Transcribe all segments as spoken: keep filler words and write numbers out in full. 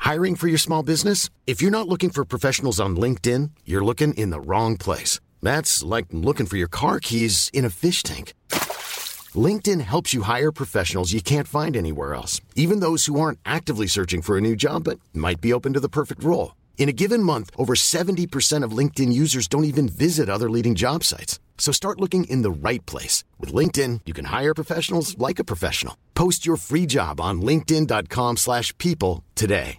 Hiring for your small business? If you're not looking for professionals on LinkedIn, you're looking in the wrong place. That's like looking for your car keys in a fish tank. LinkedIn helps you hire professionals you can't find anywhere else, even those who aren't actively searching for a new job but might be open to the perfect role. In a given month, over seventy percent of LinkedIn users don't even visit other leading job sites. So start looking in the right place. With LinkedIn, you can hire professionals like a professional. Post your free job on linkedin.com slash people today.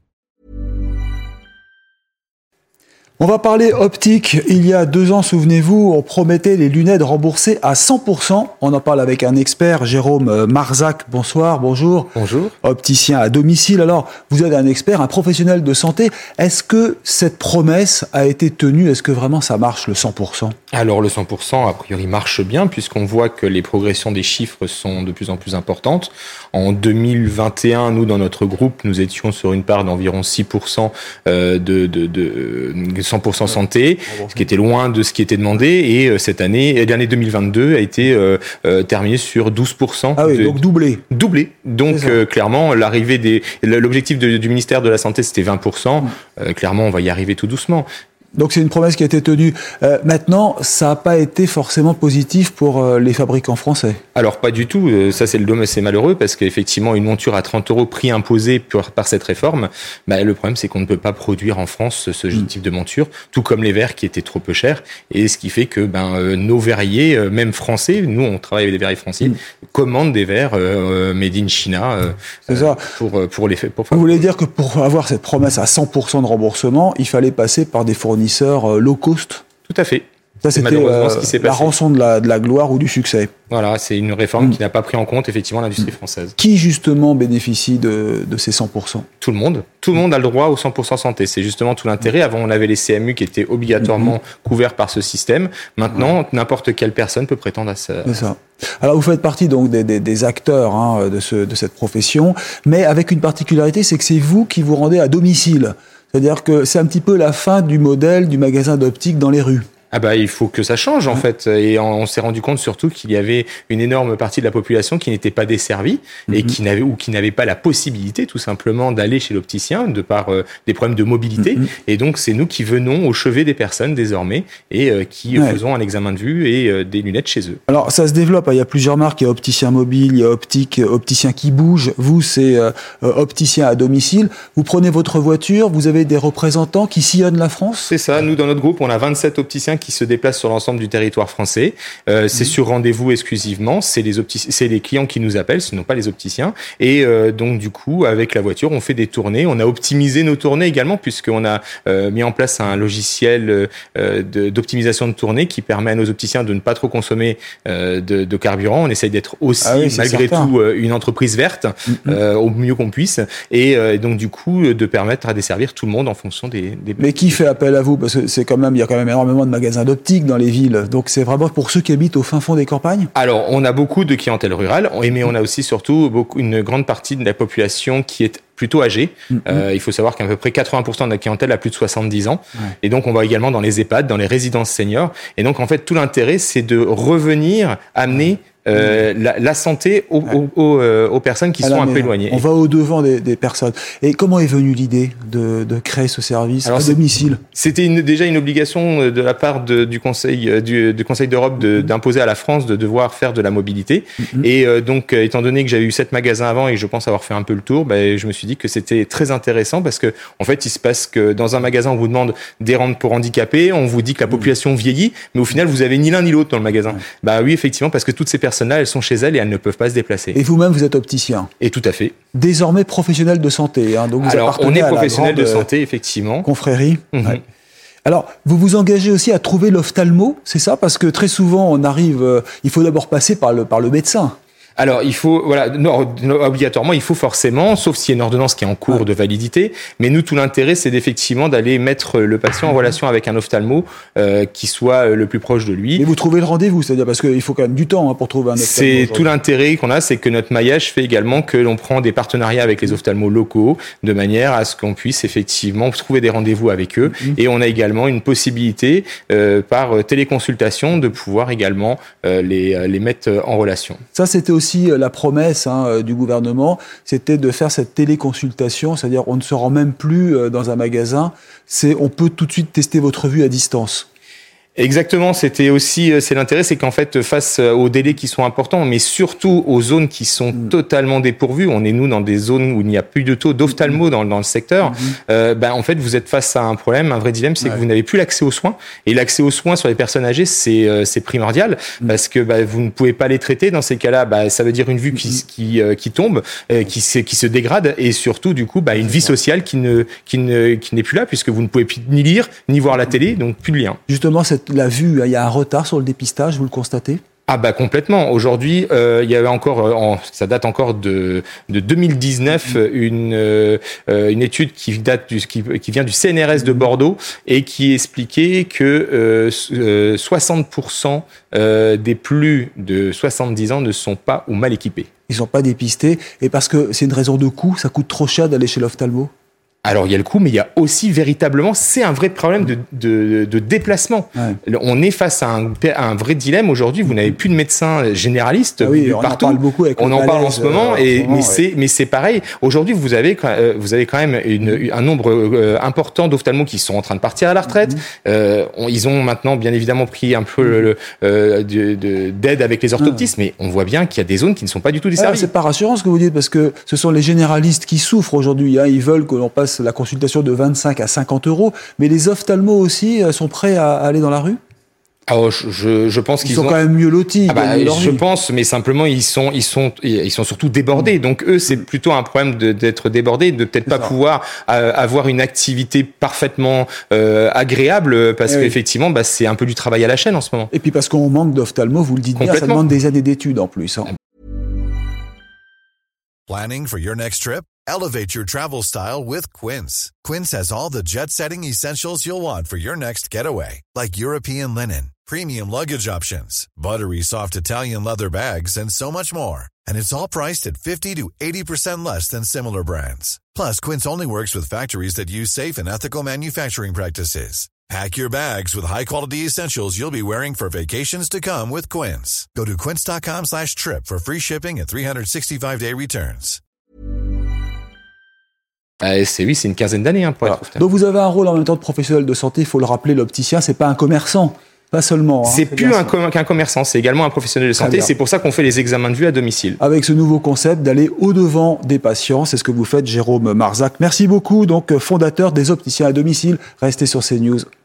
On va parler optique. Il y a deux ans, souvenez-vous, on promettait les lunettes remboursées à cent pour cent. On en parle avec un expert, Jérôme Marzac. Bonsoir, bonjour. Bonjour. Opticien à domicile. Alors, vous êtes un expert, un professionnel de santé. Est-ce que cette promesse a été tenue? Est-ce que vraiment ça marche, le cent pour cent? Alors, le cent pour cent, a priori, marche bien, puisqu'on voit que les progressions des chiffres sont de plus en plus importantes. En deux mille vingt et un, nous, dans notre groupe, nous étions sur une part d'environ six pour cent de, de, de, de cent pour cent santé, ce qui était loin de ce qui était demandé. Et cette année, l'année deux mille vingt-deux a été euh, euh, terminée sur douze pour cent. Ah oui, de, donc doublé. Doublé. Donc, euh, clairement, l'arrivée des, l'objectif de, du ministère de la Santé, c'était vingt pour cent. Mmh. Euh, clairement, on va y arriver tout doucement. Donc c'est une promesse qui a été tenue. Euh, maintenant, ça n'a pas été forcément positif pour euh, les fabricants français. Alors pas du tout. Euh, ça c'est le dommage, c'est malheureux parce qu'effectivement une monture à trente euros, prix imposé par, par cette réforme. Bah, le problème c'est qu'on ne peut pas produire en France ce, ce mmh. type de monture, tout comme les verres qui étaient trop peu chers. Et ce qui fait que ben euh, nos verriers, euh, même français, nous on travaille avec des verriers français, mmh. commandent des verres euh, made in China. Euh, c'est ça. Pour pour les pour. Vous voulez dire que pour avoir cette promesse à cent pour cent de remboursement, il fallait passer par des fournisseurs low cost? Tout à fait. Ça, c'était euh, ce qui s'est la passé. rançon de la, de la gloire ou du succès. Voilà, c'est une réforme mmh. qui n'a pas pris en compte effectivement l'industrie mmh. française. Qui justement bénéficie de, de ces cent pour cent? Tout le monde. Tout le monde a le droit au cent pour cent santé. C'est justement tout l'intérêt. Avant, on avait les C M U qui étaient obligatoirement mmh. couverts par ce système. Maintenant, ouais. n'importe quelle personne peut prétendre à ça. C'est ça. Alors, vous faites partie donc des, des, des acteurs hein, de, ce, de cette profession, mais avec une particularité, c'est que c'est vous qui vous rendez à domicile. C'est-à-dire que c'est un petit peu la fin du modèle du magasin d'optique dans les rues. Ah bah il faut que ça change en ouais. fait, et on, on s'est rendu compte surtout qu'il y avait une énorme partie de la population qui n'était pas desservie mm-hmm. et qui n'avait ou qui n'avait pas la possibilité tout simplement d'aller chez l'opticien de par euh, des problèmes de mobilité. Mm-hmm. Et donc c'est nous qui venons au chevet des personnes désormais et euh, qui ouais. faisons un examen de vue et euh, des lunettes chez eux. Alors ça se développe, hein. Il y a plusieurs marques, il y a opticien mobile, il y a optique, opticien qui bouge. Vous c'est euh, opticien à domicile. Vous prenez votre voiture, vous avez des représentants qui sillonnent la France. C'est ça. Nous dans notre groupe on a vingt-sept opticiens qui se déplacent sur l'ensemble du territoire français. Euh, c'est mmh. sur rendez-vous exclusivement. C'est les optic- c'est les clients qui nous appellent, ce ne sont pas les opticiens. Et euh, donc du coup, avec la voiture, on fait des tournées. On a optimisé nos tournées également, puisqu'on a euh, mis en place un logiciel euh, de, d'optimisation de tournée qui permet à nos opticiens de ne pas trop consommer euh, de, de carburant. On essaye d'être aussi, ah oui, malgré certain. tout, euh, une entreprise verte mmh. euh, au mieux qu'on puisse. Et euh, donc du coup, de permettre à desservir tout le monde en fonction des. des Mais qui fait appel à vous? Parce que c'est quand même, il y a quand même énormément de magasins d'optique dans les villes. Donc c'est vraiment pour ceux qui habitent au fin fond des campagnes? Alors on a beaucoup de clientèle rurale, mais on a aussi surtout beaucoup, une grande partie de la population qui est plutôt âgée. Mm-hmm. Euh, il faut savoir qu'à peu près quatre-vingts pour cent de la clientèle a plus de soixante-dix ans. Ouais. Et donc on va également dans les EHPAD, dans les résidences seniors. Et donc en fait tout l'intérêt c'est de revenir amener Euh, la, la santé aux, ouais. aux, aux, euh, aux personnes qui Alors, sont un peu éloignées. On va au-devant des, des personnes. Et comment est venue l'idée de, de créer ce service Alors, à domicile? C'était une, déjà une obligation de la part de, du Conseil du, du Conseil d'Europe de, mm-hmm. d'imposer à la France de devoir faire de la mobilité. Mm-hmm. Et euh, donc, euh, étant donné que j'avais eu sept magasins avant et je pense avoir fait un peu le tour, bah, je me suis dit que c'était très intéressant parce que en fait, il se passe que dans un magasin, on vous demande des rentes pour handicapés, on vous dit que la population mm-hmm. vieillit, mais au final, vous avez ni l'un ni l'autre dans le magasin. Mm-hmm. Bah oui, effectivement, parce que toutes ces personnes là elles sont chez elles et elles ne peuvent pas se déplacer. Et vous-même, vous êtes opticien. Et tout à fait. Désormais professionnel de santé. Hein, donc vous Alors, on est professionnel de santé, effectivement. Confrérie. Mm-hmm. Ouais. Alors, vous vous engagez aussi à trouver l'ophtalmo, c'est ça? Parce que très souvent, on arrive, euh, il faut d'abord passer par le, par le médecin. Alors, il faut, voilà, non, obligatoirement, il faut forcément, sauf s'il y a une ordonnance qui est en cours ouais. de validité. Mais nous, tout l'intérêt, c'est d'effectivement d'aller mettre le patient en relation avec un ophtalmo euh, qui soit le plus proche de lui. Et vous trouvez le rendez-vous, c'est-à-dire parce qu'il faut quand même du temps hein, pour trouver un ophtalmo. C'est tout l'intérêt qu'on a, c'est que notre maillage fait également que l'on prend des partenariats avec les ophtalmos locaux, de manière à ce qu'on puisse effectivement trouver des rendez-vous avec eux. Mmh. Et on a également une possibilité, euh, par téléconsultation, de pouvoir également euh, les, les mettre en relation. Ça, c'était aussi aussi la promesse hein, du gouvernement, c'était de faire cette téléconsultation, c'est-à-dire on ne se rend même plus dans un magasin, c'est on peut tout de suite tester votre vue à distance. Exactement, c'était aussi, c'est l'intérêt, c'est qu'en fait, face aux délais qui sont importants, mais surtout aux zones qui sont mmh. totalement dépourvues, on est nous dans des zones où il n'y a plus de taux d'ophtalmo mmh. dans, dans le secteur, mmh. euh, ben, en fait, vous êtes face à un problème, un vrai dilemme, c'est ouais. que vous n'avez plus l'accès aux soins, et l'accès aux soins sur les personnes âgées, c'est, euh, c'est primordial, mmh. parce que bah, vous ne pouvez pas les traiter, dans ces cas-là, bah, ça veut dire une vue qui, mmh. qui, euh, qui tombe, euh, qui, se, qui se dégrade, et surtout, du coup, bah, une vie sociale qui, ne, qui, ne, qui n'est plus là, puisque vous ne pouvez plus ni lire, ni voir la télé, donc plus de lien. Justement, cette la vue, il y a un retard sur le dépistage, vous le constatez ? Ah bah complètement. Aujourd'hui, euh, il y avait encore, en, ça date encore de, de deux mille dix-neuf, une euh, une étude qui date du, qui, qui vient du C N R S de Bordeaux et qui expliquait que euh, euh, soixante pour cent euh, des plus de soixante-dix ans ne sont pas ou mal équipés. Ils sont pas dépistés et parce que c'est une raison de coût, ça coûte trop cher d'aller chez l'ophtalmo. Alors, il y a le coût, mais il y a aussi véritablement, c'est un vrai problème de, de, de déplacement. Ouais. On est face à un, à un vrai dilemme. Aujourd'hui, vous n'avez plus de médecins généralistes ah oui, partout. On en parle beaucoup avec On en parle en ce moment, euh, et, moment, mais, ouais. c'est, mais c'est pareil. Aujourd'hui, vous avez, vous avez quand même une, un nombre euh, important d'ophtalmos qui sont en train de partir à la retraite. Mm-hmm. Euh, on, ils ont maintenant, bien évidemment, pris un peu mm-hmm. le, euh, de, de, d'aide avec les orthoptistes, mm-hmm. mais on voit bien qu'il y a des zones qui ne sont pas du tout desservies. Ouais, c'est pas rassurant ce que vous dites, parce que ce sont les généralistes qui souffrent aujourd'hui. Hein. Ils veulent que l'on passe la consultation de vingt-cinq à cinquante euros, mais les ophtalmos aussi sont prêts à aller dans la rue ? Alors, je, je pense ils qu'ils sont ont... quand même mieux lotis. Ah bah, je pense, mais simplement ils sont, ils sont, ils sont surtout débordés. Donc eux, c'est plutôt un problème de, d'être débordés, de peut-être c'est pas ça. pouvoir euh, avoir une activité parfaitement euh, agréable, parce et qu'effectivement, oui. bah, c'est un peu du travail à la chaîne en ce moment. Et puis parce qu'on manque d'ophtalmo, vous le dites bien, ça demande des années d'études en plus. Hein. Planning for your next trip? Elevate your travel style with Quince. Quince has all the jet-setting essentials you'll want for your next getaway, like European linen, premium luggage options, buttery soft Italian leather bags, and so much more. And it's all priced at fifty to eighty percent less than similar brands. Plus, Quince only works with factories that use safe and ethical manufacturing practices. Pack your bags with high-quality essentials you'll be wearing for vacations to come with Quince. Go to quince.com slash trip for free shipping and three sixty-five day returns. Euh, c'est oui, c'est une quinzaine d'années hein, pour voilà. être. Donc vous avez un rôle en même temps de professionnel de santé. Il faut le rappeler, l'opticien, c'est pas un commerçant, pas seulement. Hein, c'est, c'est plus un com- qu'un commerçant, c'est également un professionnel de santé. C'est pour ça qu'on fait les examens de vue à domicile. Avec ce nouveau concept d'aller au devant des patients, c'est ce que vous faites, Jérôme Marzac. Merci beaucoup. Donc fondateur des opticiens à domicile. Restez sur CNews.